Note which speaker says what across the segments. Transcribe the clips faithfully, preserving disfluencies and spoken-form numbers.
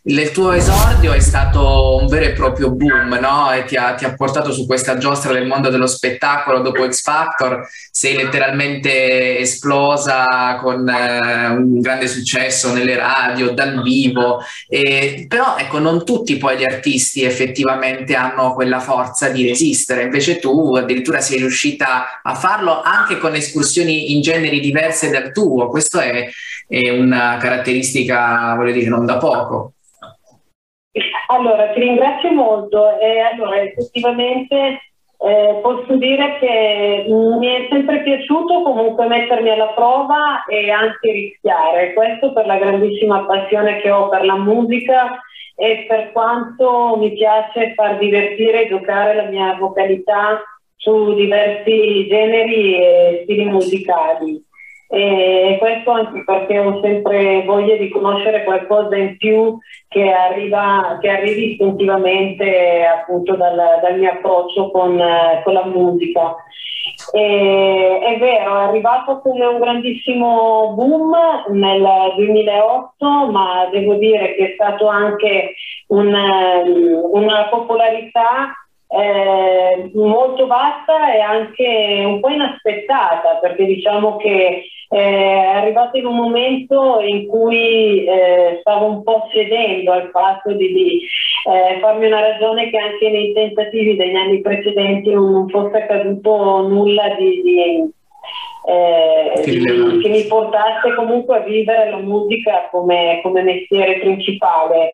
Speaker 1: il tuo esordio è stato un vero e proprio boom, no? E ti ha, ti ha portato su questa giostra del mondo dello spettacolo dopo X Factor, sei letteralmente esplosa con eh, un grande successo nelle radio, dal vivo, e, però ecco, non tutti poi gli artisti effettivamente hanno quella forza di resistere, invece tu addirittura sei riuscita a farlo anche con escursioni in generi diverse dal tuo. Questo è, è una caratteristica, voglio dire, non da poco.
Speaker 2: Allora, ti ringrazio molto. E allora, effettivamente eh, posso dire che mi è sempre piaciuto comunque mettermi alla prova e anche rischiare. Questo per la grandissima passione che ho per la musica e per quanto mi piace far divertire e giocare la mia vocalità su diversi generi e stili musicali. E questo anche perché ho sempre voglia di conoscere qualcosa in più che arriva, che arrivi istintivamente appunto dal, dal mio approccio con, con la musica. E, è vero, è arrivato come un grandissimo boom nel duemilaotto, ma devo dire che è stato anche un, una popolarità Eh, molto vasta e anche un po' inaspettata, perché diciamo che eh, è arrivato in un momento in cui eh, stavo un po' cedendo al fatto di, di eh, farmi una ragione che anche nei tentativi degli anni precedenti non fosse accaduto nulla di, di Eh, di, che mi portasse comunque a vivere la musica come, come mestiere principale.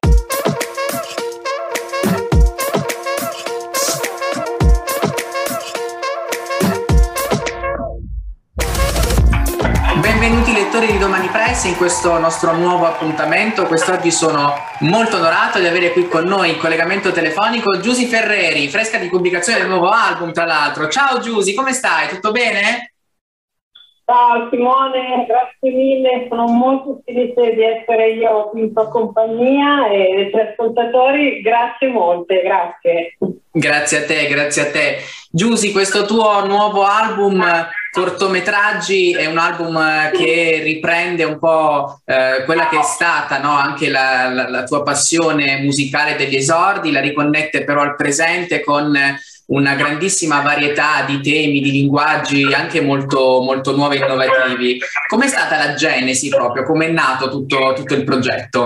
Speaker 1: Benvenuti lettori di Domani Press in questo nostro nuovo appuntamento. Quest'oggi sono molto onorato di avere qui con noi in collegamento telefonico Giusy Ferreri, fresca di pubblicazione del nuovo album tra l'altro. Ciao Giusy, come stai? Tutto bene?
Speaker 2: Ciao Simone, grazie mille, sono molto felice di essere io qui in tua compagnia e ai tuoi ascoltatori, grazie molte, grazie.
Speaker 1: Grazie a te, grazie a te. Giusy, questo tuo nuovo album cortometraggi è un album che riprende un po' eh, quella che è stata, no? Anche la, la, la tua passione musicale degli esordi, la riconnette però al presente con una grandissima varietà di temi, di linguaggi anche molto, molto nuovi e innovativi. Com'è stata la genesi proprio? Com'è nato tutto, tutto il progetto?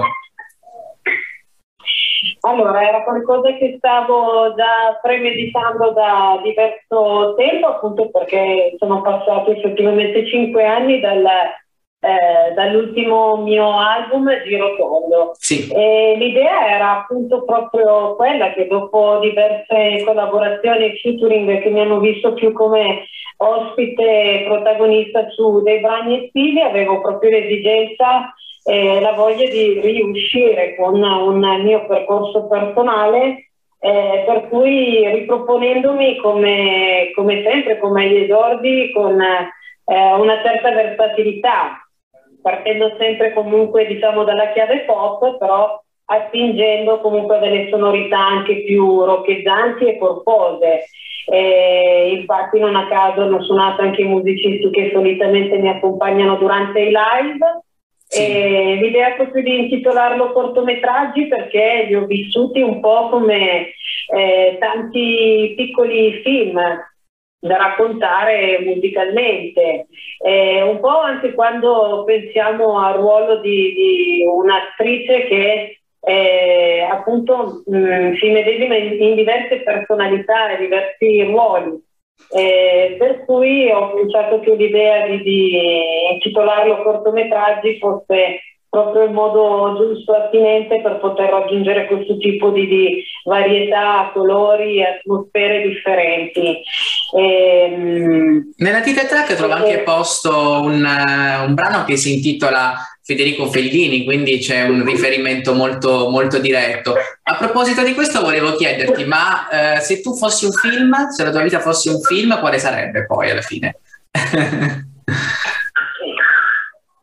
Speaker 2: Allora, era qualcosa che stavo già premeditando da diverso tempo, appunto perché sono passati effettivamente cinque anni dal, eh, dall'ultimo mio album Girotondo.
Speaker 1: Sì.
Speaker 2: E l'idea era appunto proprio quella che dopo diverse collaborazioni e featuring che mi hanno visto più come ospite protagonista su dei brani estivi, avevo proprio l'esigenza e la voglia di riuscire con un mio percorso personale, eh, per cui riproponendomi come, come sempre, come agli esordi, con eh, una certa versatilità, partendo sempre comunque diciamo dalla chiave pop, però attingendo comunque a delle sonorità anche più roccheggianti e corpose. E infatti non a caso hanno suonato anche i musicisti che solitamente mi accompagnano durante i live.
Speaker 1: Sì.
Speaker 2: E l'idea è proprio di intitolarlo cortometraggi perché li ho vissuti un po' come eh, tanti piccoli film da raccontare musicalmente, eh, un po' anche quando pensiamo al ruolo di, di un'attrice che eh, appunto mh, si medesima in, in diverse personalità e diversi ruoli. Eh, per cui ho pensato che l'idea di, di intitolarlo cortometraggi fosse proprio il modo giusto e attinente per poter raggiungere questo tipo di, di varietà, colori e atmosfere differenti.
Speaker 1: E, nella title track trovo anche posto un, un brano che si intitola Federico Fellini, quindi c'è un riferimento molto, molto diretto. A proposito di questo volevo chiederti, ma eh, se tu fossi un film, se la tua vita fosse un film, quale sarebbe poi alla fine?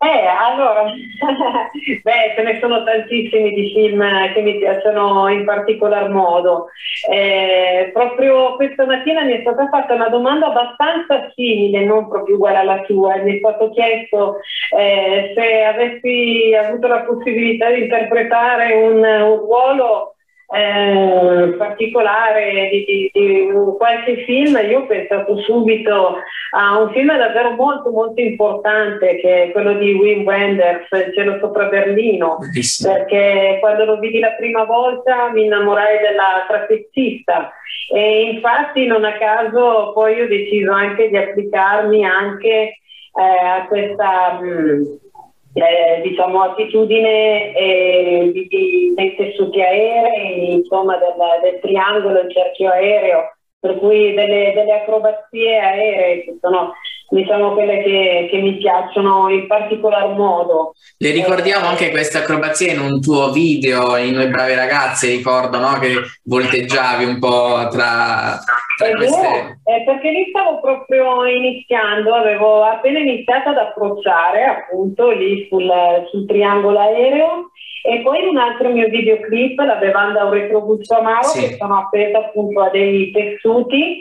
Speaker 2: Eh, allora, beh, ce ne sono tantissimi di film che mi piacciono in particolar modo. Eh, proprio questa mattina mi è stata fatta una domanda abbastanza simile, non proprio uguale alla tua. Mi è stato chiesto eh, se avessi avuto la possibilità di interpretare un, un ruolo eh, particolare di, di, di qualche film. Io ho pensato subito a un film davvero molto molto importante, che è quello di Wim Wenders, Il cielo sopra Berlino,
Speaker 1: Bellissimo.
Speaker 2: perché quando lo vidi la prima volta mi innamorai della trapezzista, e infatti non a caso poi ho deciso anche di applicarmi anche eh, a questa mh, eh, diciamo attitudine eh, di, di, dei tessuti aerei, insomma del, del triangolo, il cerchio aereo, per cui delle, delle acrobazie aeree che sono, diciamo, quelle che, che mi piacciono in particolar modo.
Speaker 1: Le ricordiamo anche queste acrobazie in un tuo video, in Noi Brave Ragazze, ricordo, no? Che volteggiavi un po' tra, tra
Speaker 2: È
Speaker 1: queste...
Speaker 2: vero, eh, perché lì stavo proprio iniziando, avevo appena iniziato ad approcciare appunto lì sul, sul triangolo aereo, e poi un altro mio videoclip, La bevanda un retrogusto amaro,
Speaker 1: Sì.
Speaker 2: che sono appesa appunto a dei tessuti.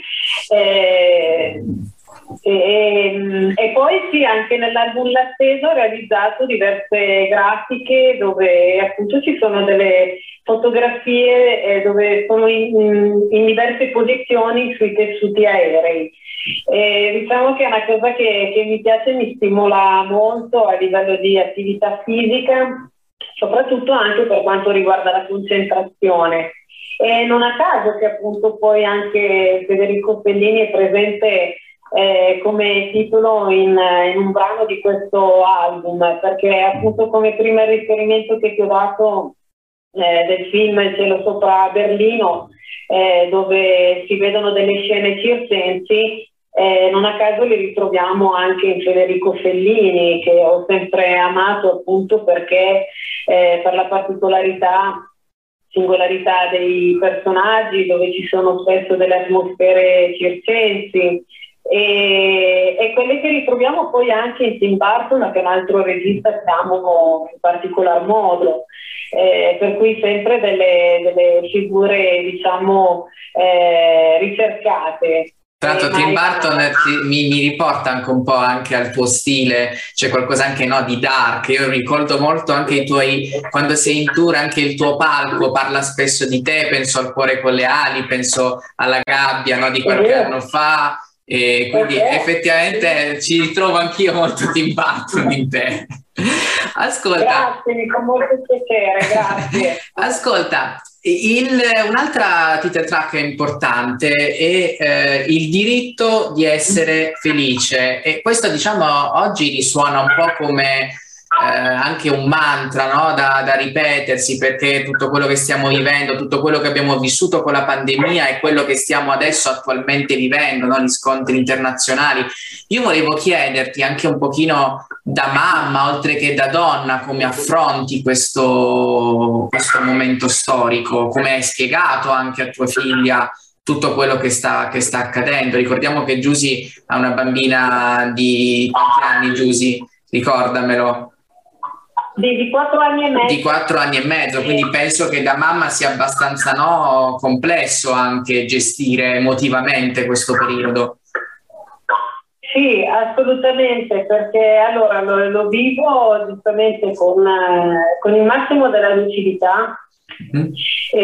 Speaker 2: Eh, E, e, e poi sì, anche nell'album L'Atteso ho realizzato diverse grafiche dove appunto ci sono delle fotografie eh, dove sono in, in diverse posizioni sui tessuti aerei. E diciamo che è una cosa che, che mi piace e mi stimola molto a livello di attività fisica, soprattutto anche per quanto riguarda la concentrazione. E non a caso che appunto poi anche Federico Fellini è presente Eh, come titolo in, in un brano di questo album, perché appunto come primo riferimento che ti ho dato eh, del film Il cielo sopra Berlino, eh, dove si vedono delle scene circensi, eh, non a caso li ritroviamo anche in Federico Fellini, che ho sempre amato appunto perché eh, per la particolarità singolarità dei personaggi, dove ci sono spesso delle atmosfere circensi. E, e quelle che ritroviamo poi anche in Tim Burton, che è un altro regista che amo in particolar modo, eh, per cui sempre delle, delle figure diciamo eh, ricercate.
Speaker 1: Tra l'altro Tim Burton ti, mi, mi riporta anche un po' anche al tuo stile, c'è qualcosa anche, no, di dark. Io ricordo molto anche i tuoi, quando sei in tour, anche il tuo palco parla spesso di te, penso al Cuore con le ali, penso alla Gabbia, no, di qualche anno fa. E quindi okay, effettivamente ci ritrovo anch'io molto Tim Burton in te. Ascolta,
Speaker 2: grazie, mi fa molto piacere, grazie.
Speaker 1: Ascolta, un'altra title track importante è eh, il diritto di essere felice, e questo diciamo oggi risuona un po' come Eh, anche un mantra, no? da, da ripetersi, perché tutto quello che stiamo vivendo, tutto quello che abbiamo vissuto con la pandemia e quello che stiamo adesso attualmente vivendo, no? Gli scontri internazionali. Io volevo chiederti anche un pochino da mamma, oltre che da donna, come affronti questo, questo momento storico, come hai spiegato anche a tua figlia tutto quello che sta, che sta accadendo. Ricordiamo che Giusy ha una bambina di quanti anni, Giusy? Ricordamelo.
Speaker 2: Di, di quattro anni e mezzo.
Speaker 1: Di quattro anni e mezzo, quindi penso che da mamma sia abbastanza, no, complesso anche gestire emotivamente questo periodo.
Speaker 2: Sì, assolutamente, perché allora lo, lo vivo giustamente con, eh, con il massimo della lucidità. Mm.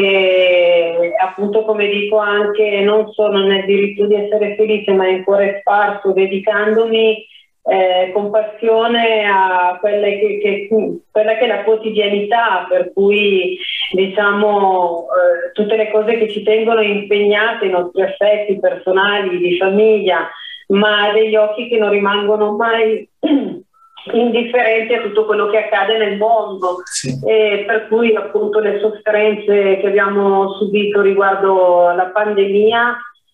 Speaker 2: E appunto, come dico, anche non solo nel diritto di essere felice, ma in cuore sparso, dedicandomi Eh, con passione a quelle che, che, quella che è la quotidianità, per cui diciamo eh, tutte le cose che ci tengono impegnate, i nostri affetti personali, di famiglia, ma degli occhi che non rimangono mai indifferenti a tutto quello che accade nel mondo. Sì. E per cui appunto le sofferenze che abbiamo subito riguardo la pandemia,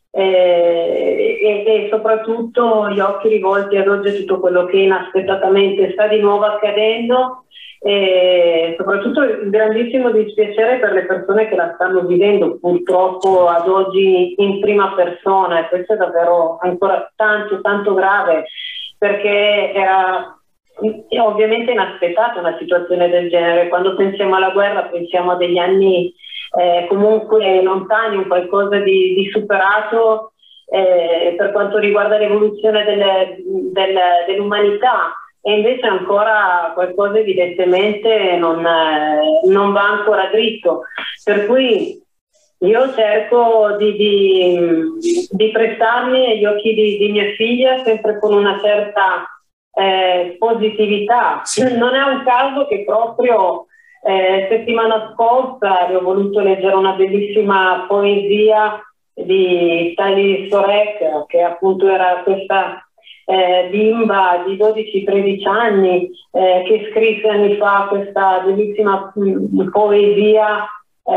Speaker 2: Eh, e, e soprattutto gli occhi rivolti ad oggi a tutto quello che inaspettatamente sta di nuovo accadendo, e soprattutto il grandissimo dispiacere per le persone che la stanno vivendo purtroppo ad oggi in prima persona, e questo è davvero ancora tanto tanto grave, perché era è ovviamente inaspettata una situazione del genere. Quando pensiamo alla guerra pensiamo a degli anni eh, comunque lontani, un qualcosa di, di superato eh, per quanto riguarda l'evoluzione delle, del, dell'umanità, e invece ancora qualcosa evidentemente non, eh, non va ancora dritto. Per cui io cerco di, di, di prestarmi agli occhi di, di mia figlia sempre con una certa eh, positività.
Speaker 1: Sì.
Speaker 2: Non è un caso che proprio eh, settimana scorsa ho voluto leggere una bellissima poesia di Tali Sorek, che appunto era questa eh, bimba di dodici tredici anni eh, che scrisse anni fa questa bellissima mh, poesia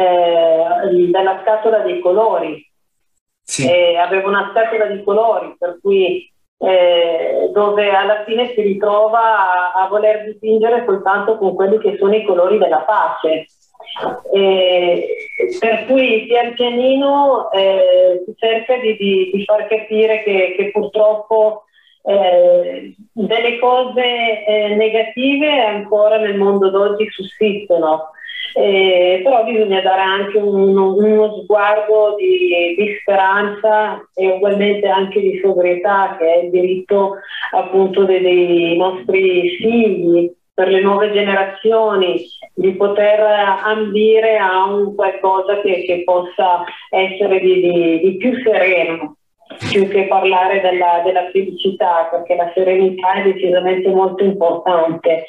Speaker 2: Eh, della scatola dei colori.
Speaker 1: Sì.
Speaker 2: Eh, avevo una scatola di colori per cui eh, dove alla fine si ritrova a, a voler dipingere soltanto con quelli che sono i colori della pace. Eh, per cui pian pianino eh, si cerca di, di, di far capire che, che purtroppo eh, delle cose eh, negative ancora nel mondo d'oggi sussistono. Eh, però bisogna dare anche un, uno sguardo di, di speranza e ugualmente anche di sobrietà, che è il diritto appunto dei, dei nostri figli, per le nuove generazioni, di poter ambire a un qualcosa che, che possa essere di, di, di più sereno, più che parlare della, della felicità, perché la serenità è decisamente molto importante.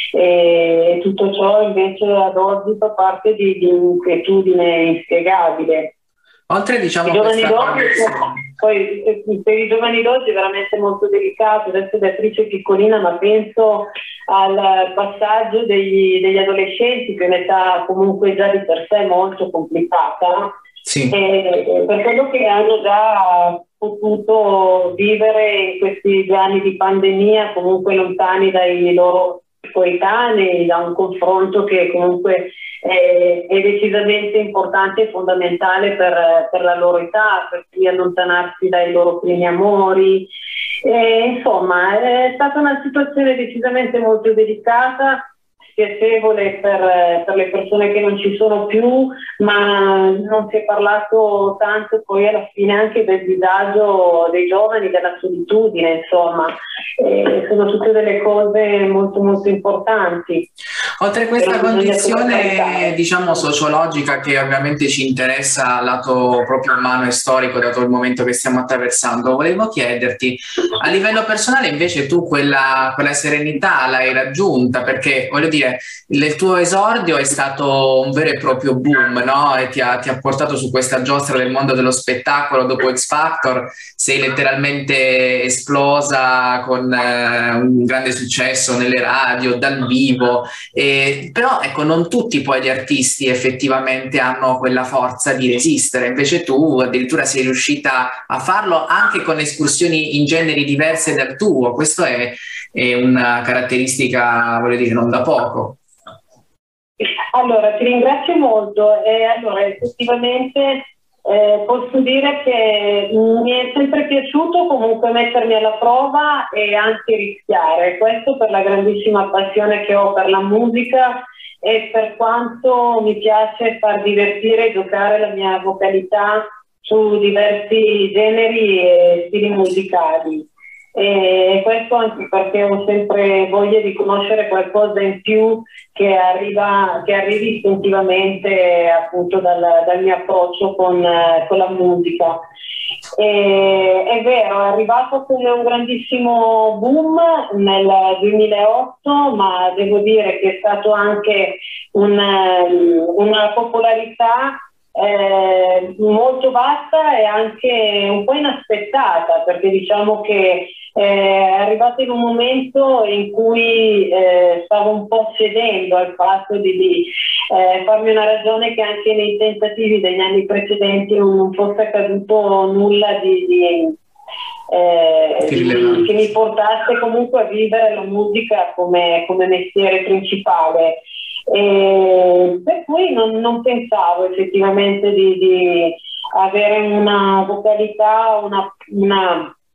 Speaker 2: E tutto ciò invece ad oggi fa parte di, di un'inquietudine inspiegabile.
Speaker 1: Oltre, diciamo,
Speaker 2: I giovani
Speaker 1: questa
Speaker 2: d'oggi, poi per i giovani d'oggi è veramente molto delicato. Adesso Beatrice è piccolina, ma penso al passaggio degli, degli adolescenti, che è un'età comunque già di per sé molto complicata.
Speaker 1: Sì.
Speaker 2: E per quello che hanno già potuto vivere in questi due anni di pandemia, comunque lontani dai loro coetanei, da un confronto che comunque è, è decisamente importante e fondamentale per, per la loro età, per cui allontanarsi dai loro primi amori. E, insomma, è stata una situazione decisamente molto delicata, spiacevole per, per le persone che non ci sono più, ma non si è parlato tanto poi alla fine anche del disagio dei giovani, della solitudine, insomma. Eh, sono tutte delle cose molto molto importanti.
Speaker 1: Oltre a questa condizione, diciamo, sociologica, che ovviamente ci interessa lato proprio umano e storico, dato il momento che stiamo attraversando, volevo chiederti, a livello personale invece tu quella, quella serenità l'hai raggiunta? Perché, voglio dire, il tuo esordio è stato un vero e proprio boom, no? E ti ha, ti ha portato su questa giostra del mondo dello spettacolo dopo X Factor, sei letteralmente esplosa con eh, un grande successo nelle radio, dal vivo. Eh, però ecco, non tutti poi gli artisti effettivamente hanno quella forza di resistere, invece tu addirittura sei riuscita a farlo anche con escursioni in generi diverse dal tuo. Questo è, è una caratteristica, voglio dire, non da poco.
Speaker 2: Allora, ti ringrazio molto. E allora, effettivamente eh, posso dire che mi è sempre piaciuto comunque mettermi alla prova e anche rischiare. Questo per la grandissima passione che ho per la musica e per quanto mi piace far divertire e giocare la mia vocalità su diversi generi e stili musicali. E questo anche perché ho sempre voglia di conoscere qualcosa in più che arriva, che arrivi istintivamente appunto dal, dal mio approccio con, con la musica. E, è vero, è arrivato come un grandissimo boom nel duemilaotto, ma devo dire che è stato anche un, una popolarità Eh, molto vasta e anche un po' inaspettata, perché diciamo che eh, è arrivato in un momento in cui eh, stavo un po' cedendo al fatto di, di eh, farmi una ragione che anche nei tentativi degli anni precedenti non fosse accaduto nulla di, di, eh, di che mi portasse comunque a vivere la musica come, come mestiere principale. E per cui non, non pensavo effettivamente di, di avere una vocalità, una, una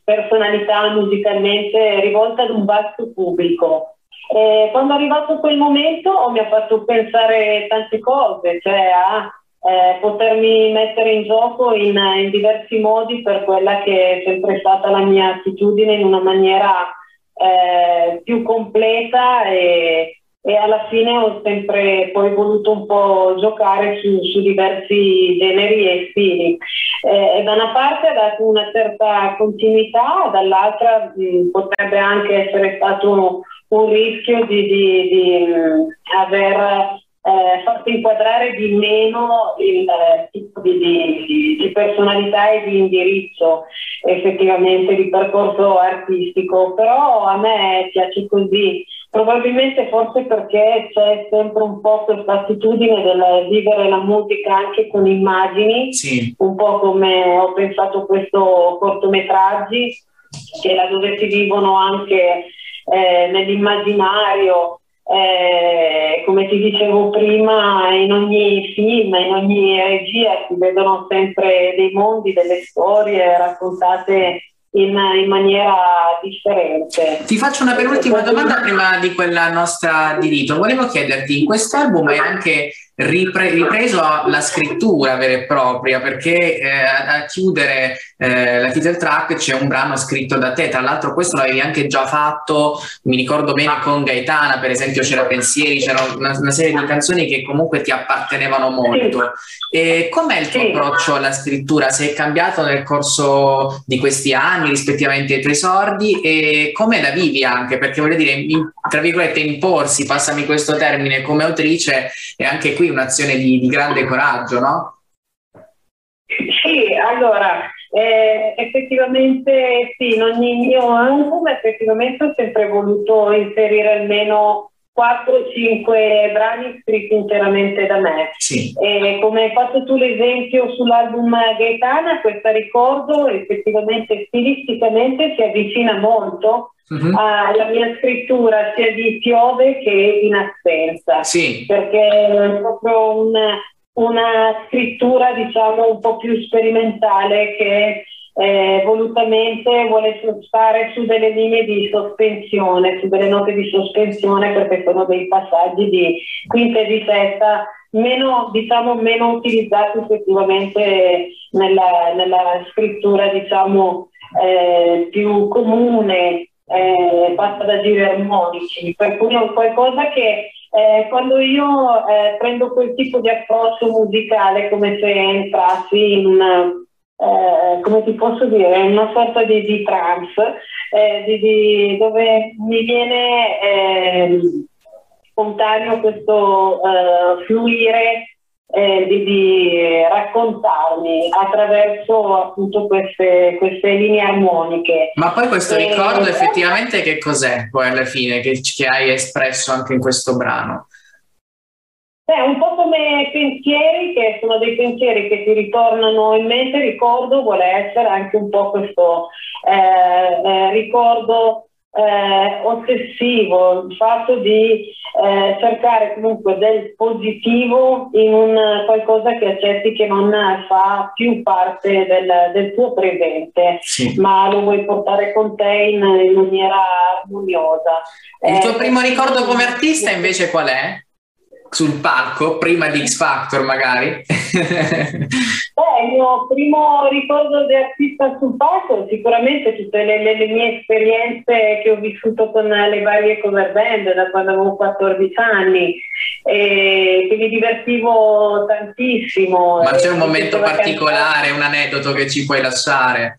Speaker 2: personalità musicalmente rivolta ad un vasto pubblico. E quando è arrivato quel momento mi ha fatto pensare tante cose, cioè a eh, potermi mettere in gioco in, in diversi modi per quella che è sempre stata la mia attitudine, in una maniera eh, più completa, e, e alla fine ho sempre poi voluto un po' giocare su, su diversi generi e stili. Eh, da una parte ha dato una certa continuità, dall'altra mh, potrebbe anche essere stato un, un rischio di, di, di mh, aver eh, fatto inquadrare di meno il eh, tipo di, di, di personalità e di indirizzo effettivamente di percorso artistico, però a me piace così. Probabilmente forse perché c'è sempre un po' questa attitudine del vivere la musica anche con immagini,
Speaker 1: sì.
Speaker 2: Un po' come ho pensato questo cortometraggi, che laddove si vivono anche eh, nell'immaginario, eh, come ti dicevo prima, in ogni film, in ogni regia si vedono sempre dei mondi, delle storie raccontate In, in maniera differente.
Speaker 1: Ti faccio una penultima domanda prima di quella nostra di rito. Volevo chiederti, in questo album hai anche ripre ripreso la scrittura vera e propria, perché eh, a, a chiudere eh, la title track c'è un brano scritto da te. Tra l'altro questo l'avevi anche già fatto, mi ricordo bene, con Gaetana, per esempio c'era Pensieri, c'era una, una serie di canzoni che comunque ti appartenevano molto. E com'è il tuo
Speaker 2: Sì.
Speaker 1: approccio alla scrittura? Se è cambiato nel corso di questi anni rispettivamente ai tuoi esordi, e come la vivi anche? Perché voglio dire, in, tra virgolette, imporsi, passami questo termine, come autrice è anche qui un'azione di, di grande coraggio, no?
Speaker 2: Sì, allora, eh, effettivamente sì, in ogni mio album effettivamente ho sempre voluto inserire almeno quattro cinque brani scritti interamente da me.
Speaker 1: Sì.
Speaker 2: E come hai fatto tu l'esempio sull'album Gaetana, questa Ricordo effettivamente stilisticamente si avvicina molto uh-huh. alla mia scrittura sia di Piove che in Assenza,
Speaker 1: sì.
Speaker 2: perché è proprio un, una scrittura diciamo un po' più sperimentale che Eh, volutamente vuole stare su delle linee di sospensione, su delle note di sospensione, perché sono dei passaggi di quinta e di sesta meno, diciamo, meno utilizzati effettivamente nella, nella scrittura diciamo eh, più comune, eh, fatta da giri armonici, per cui è qualcosa che eh, quando io eh, prendo quel tipo di approccio musicale, come se entrassi in una Eh, come ti posso dire, una sorta di, di trance eh, di, di, dove mi viene eh, spontaneo questo eh, fluire eh, di, di raccontarmi attraverso appunto queste, queste linee armoniche.
Speaker 1: Ma poi questo
Speaker 2: e,
Speaker 1: ricordo effettivamente che cos'è poi alla fine che, che hai espresso anche in questo brano?
Speaker 2: È un po' come pensieri, che sono dei pensieri che ti ritornano in mente. Ricordo vuole essere anche un po' questo eh, eh, ricordo eh, ossessivo, il fatto di eh, cercare comunque del positivo in un qualcosa che accetti che non fa più parte del, del tuo presente, sì. ma lo vuoi portare con te in, in maniera armoniosa.
Speaker 1: Il
Speaker 2: eh,
Speaker 1: tuo primo ricordo come artista invece qual è? Sul palco, prima di X Factor magari?
Speaker 2: Beh, il mio primo ricordo di artista sul palco sicuramente tutte le, le, le mie esperienze che ho vissuto con le varie cover band da quando avevo quattordici anni, e che mi divertivo tantissimo.
Speaker 1: Ma c'è un momento particolare, un aneddoto che ci puoi lasciare?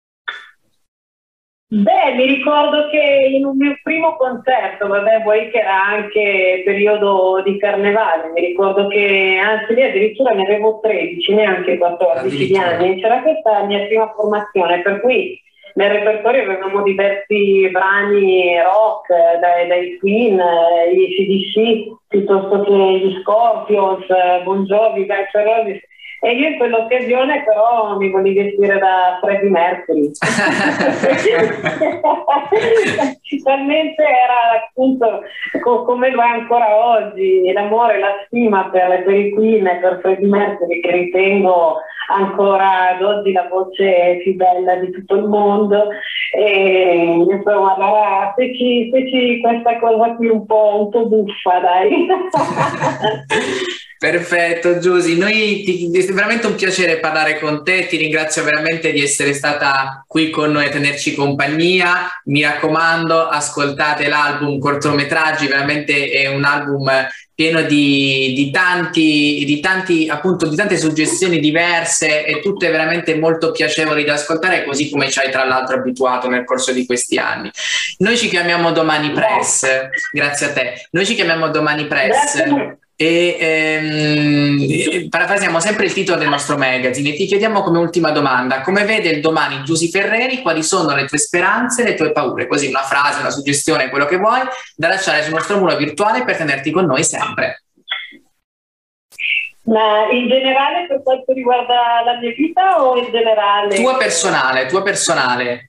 Speaker 2: Beh, mi ricordo che in un mio primo concerto, vabbè, vuoi che era anche periodo di carnevale, mi ricordo che, anzi lì addirittura ne avevo tredici, neanche quattordici anni, c'era questa mia prima formazione, per cui nel repertorio avevamo diversi brani rock, dai, dai Queen, gli A C D C, piuttosto che gli Scorpions, Bon Jovi, Guns N' Roses. E io in quell'occasione però mi volevo vestire da Freddie Mercury. Talmente era appunto co come lo è ancora oggi l'amore e la stima per, per i Queen e per Freddie Mercury, che ritengo ancora ad oggi la voce più bella di tutto il mondo. E insomma, allora feci, feci questa cosa qui un po', un po' buffa, dai.
Speaker 1: Perfetto, Giusy, noi ti, è veramente un piacere parlare con te, ti ringrazio veramente di essere stata qui con noi a tenerci compagnia. Mi raccomando, ascoltate l'album Cortometraggi, veramente è un album pieno di, di tanti, di tanti, appunto, di tante suggestioni diverse e tutte veramente molto piacevoli da ascoltare, così come ci hai tra l'altro abituato nel corso di questi anni. Noi ci chiamiamo Domani Press, grazie a te, noi ci chiamiamo Domani Press. Grazie. E ehm, parafrasiamo sempre il titolo del nostro magazine e ti chiediamo come ultima domanda: come vede il domani Giusy Ferreri? Quali sono le tue speranze, le tue paure? Così una frase, una suggestione, quello che vuoi, da lasciare sul nostro muro virtuale per tenerti con noi sempre.
Speaker 2: Ma in generale per quanto riguarda la mia vita o in generale?
Speaker 1: Tua personale, tua personale.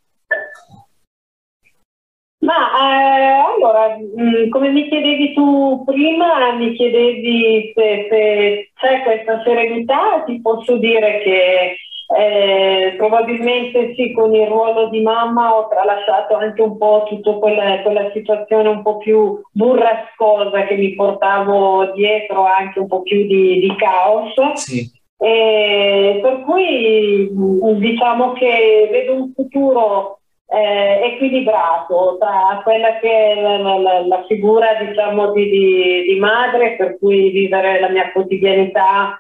Speaker 2: Ma eh, allora, mh, come mi chiedevi tu prima, mi chiedevi se, se c'è questa serenità, ti posso dire che eh, probabilmente sì, con il ruolo di mamma ho tralasciato anche un po' tutta quella, quella situazione un po' più burrascosa che mi portavo dietro, anche un po' più di, di caos.
Speaker 1: Sì.
Speaker 2: E per cui diciamo che vedo un futuro Eh, equilibrato tra quella che è la, la, la figura, diciamo, di, di, di madre, per cui vivere la mia quotidianità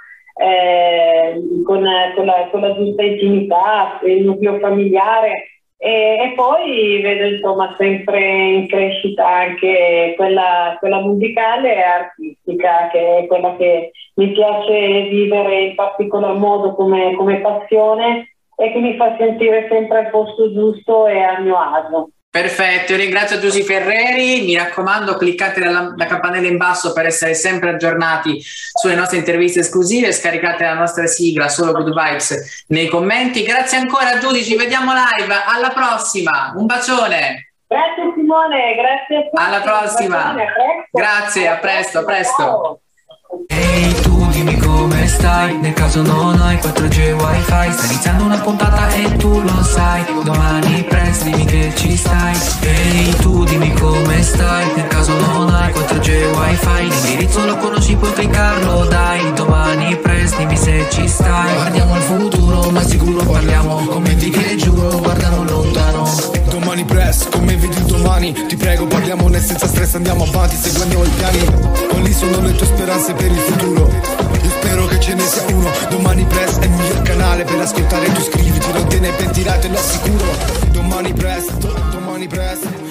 Speaker 2: eh, con, con, la, con la giusta intimità, il nucleo familiare, e, e poi vedo insomma sempre in crescita anche quella, quella musicale e artistica, che è quella che mi piace vivere in particolar modo come, come passione, e che mi fa sentire sempre al posto giusto e a mio agio.
Speaker 1: Perfetto, io ringrazio Giusy Ferreri, mi raccomando cliccate la, la campanella in basso per essere sempre aggiornati sulle nostre interviste esclusive, scaricate la nostra sigla Solo Good Vibes nei commenti. Grazie ancora Giusy, ci vediamo live, alla prossima, un bacione.
Speaker 2: Grazie Simone, grazie a tutti.
Speaker 1: Alla prossima, a grazie, a presto, a presto.
Speaker 3: Ehi hey, tu dimmi come stai, nel caso non hai quattro G wifi, sta iniziando una puntata e tu lo sai, Domani Press dimmi che ci stai. Ehi hey, tu dimmi come stai, nel caso non hai quattro G wifi, l'indirizzo lo conosci puoi cliccarlo dai, Domani Press dimmi se ci stai. Guardiamo il futuro ma sicuro parliamo, commenti che giuro guardano lontano.
Speaker 4: Domani Press, come vedi il domani, ti prego parliamone senza stress, andiamo avanti seguendo i piani. Quali sono le tue speranze per il futuro? Io spero che ce ne sia uno. Domani Press è il miglior canale per ascoltare, tu scriviti, non te ne pentirai, te lo assicuro. Domani Press, Domani Press.